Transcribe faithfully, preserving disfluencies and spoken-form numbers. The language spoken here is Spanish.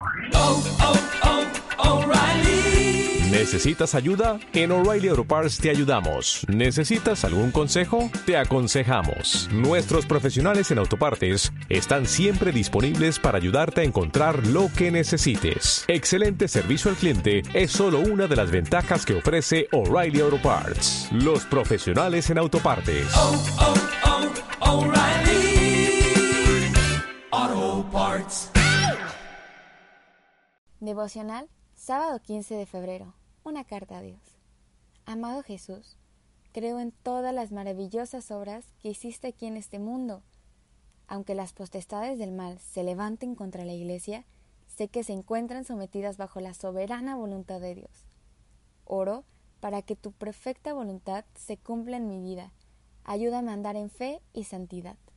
oh, oh, oh, O'Reilly. ¿Necesitas ayuda? En O'Reilly Auto Parts te ayudamos. ¿Necesitas algún consejo? Te aconsejamos. Nuestros profesionales en autopartes están siempre disponibles para ayudarte a encontrar lo que necesites. Excelente servicio al cliente es solo una de las ventajas que ofrece O'Reilly Auto Parts. Los profesionales en autopartes. Oh, oh, oh, O'Reilly Auto Parts. Devocional, sábado quince de febrero. Una carta a Dios. Amado Jesús, creo en todas las maravillosas obras que hiciste aquí en este mundo. Aunque las potestades del mal se levanten contra la Iglesia, sé que se encuentran sometidas bajo la soberana voluntad de Dios. Oro para que tu perfecta voluntad se cumpla en mi vida. Ayúdame a andar en fe y santidad.